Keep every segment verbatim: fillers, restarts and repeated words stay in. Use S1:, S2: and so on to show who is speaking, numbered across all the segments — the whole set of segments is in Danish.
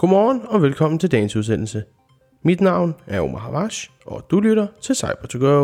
S1: Godmorgen og velkommen til dagens udsendelse. Mit navn er Omar Havash, og du lytter til Cyber to Go.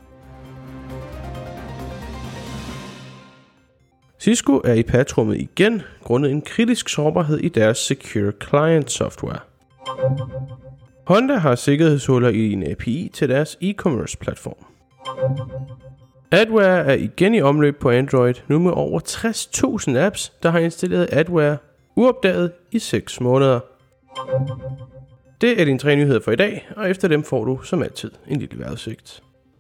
S1: Cisco er i patchrummet igen, grundet en kritisk sårbarhed i deres Secure Client software. Honda har sikkerhedshuller i en A P I til deres e-commerce platform. Adware er igen i omløb på Android, nu med over tres tusind apps, der har installeret Adware uopdaget i seks måneder. Det er dine tre nyheder for i dag, og efter dem får du som altid en lille vejrudsigt.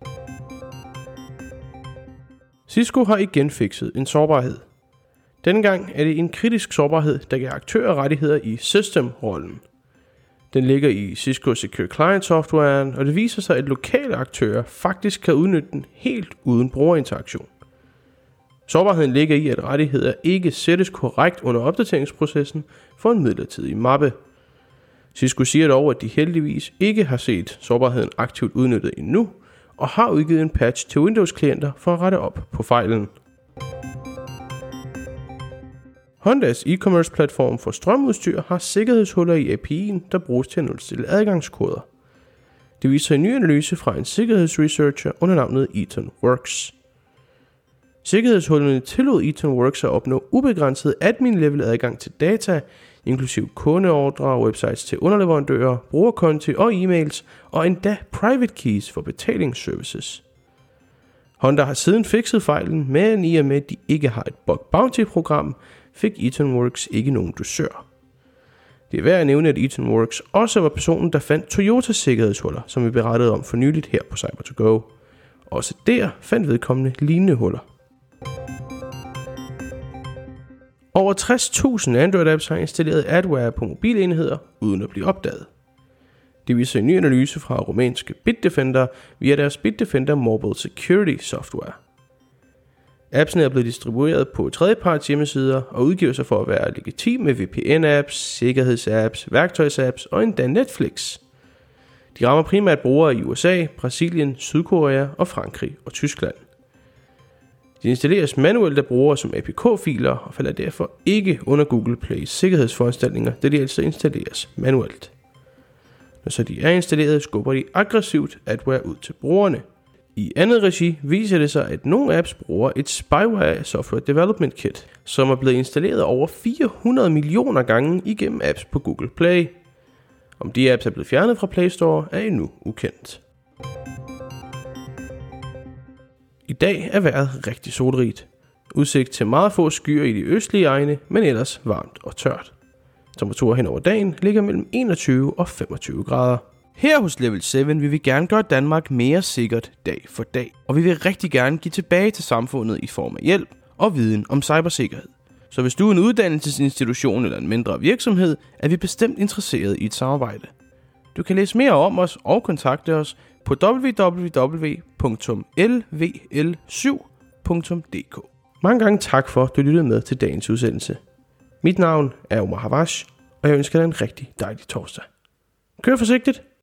S1: Cisco har igen fikset en sårbarhed. Denne gang er det en kritisk sårbarhed, der giver aktører rettigheder i system-rollen. Den ligger i Cisco Secure Client softwaren, og det viser sig, at lokale aktører faktisk kan udnytte den helt uden brugerinteraktion. Sårbarheden ligger i, at rettigheder ikke sættes korrekt under opdateringsprocessen for en midlertidig mappe. Cisco siger dog, at de heldigvis ikke har set sårbarheden aktivt udnyttet endnu, og har udgivet en patch til Windows-klienter for at rette op på fejlen. Hondas e-commerce platform for strømudstyr har sikkerhedshuller i A P I'en, der bruges til at nulstille adgangskoder. Det viser en ny analyse fra en sikkerhedsresearcher under navnet EatonWorks. Sikkerhedshullerne tillod EatonWorks at opnå ubegrænset admin-level adgang til data, inklusiv kundeordrer, websites til underleverandører, brugerkonti og e-mails, og endda private keys for betalingsservices. Honda har siden fikset fejlen, men i og med at de ikke har et bug bounty-program, fik EatonWorks ikke nogen dusør. Det er værd at nævne, at EatonWorks også var personen, der fandt Toyotas sikkerhedshuller, som vi berettede om for nyligt her på Cyber to Go. Også der fandt vedkommende lignende huller. Over tres tusind Android-apps har installeret Adware på mobilenheder uden at blive opdaget. Det viser en ny analyse fra rumænske Bitdefender via deres Bitdefender Mobile Security software. Appsene er blevet distribueret på tredjeparts hjemmesider og udgiver sig for at være legitime V P N-apps, sikkerhedsapps, værktøjsapps og endda Netflix. De rammer primært brugere i U S A, Brasilien, Sydkorea og Frankrig og Tyskland. De installeres manuelt af brugere som A P K-filer og falder derfor ikke under Google Plays sikkerhedsforanstaltninger, da de altså installeres manuelt. Når så de er installeret, skubber de aggressivt Adware ud til brugerne. I andet regi viser det sig, at nogle apps bruger et Spyware Software Development Kit, som er blevet installeret over fire hundrede millioner gange igennem apps på Google Play. Om de apps er blevet fjernet fra Play Store, er endnu ukendt. I dag er vejret rigtig solrigt. Udsigt til meget få skyer i de østlige egne, men ellers varmt og tørt. Temperaturer hen over dagen ligger mellem enogtyve og femogtyve grader. Her hos Level syv vil vi gerne gøre Danmark mere sikkert dag for dag, og vi vil rigtig gerne give tilbage til samfundet i form af hjælp og viden om cybersikkerhed. Så hvis du er en uddannelsesinstitution eller en mindre virksomhed, er vi bestemt interesseret i et samarbejde. Du kan læse mere om os og kontakte os på w w w punktum l v l syv punktum d k. Mange gange tak for, at du lyttede med til dagens udsendelse. Mit navn er Omar Havash, og jeg ønsker dig en rigtig dejlig torsdag. Kør forsigtigt!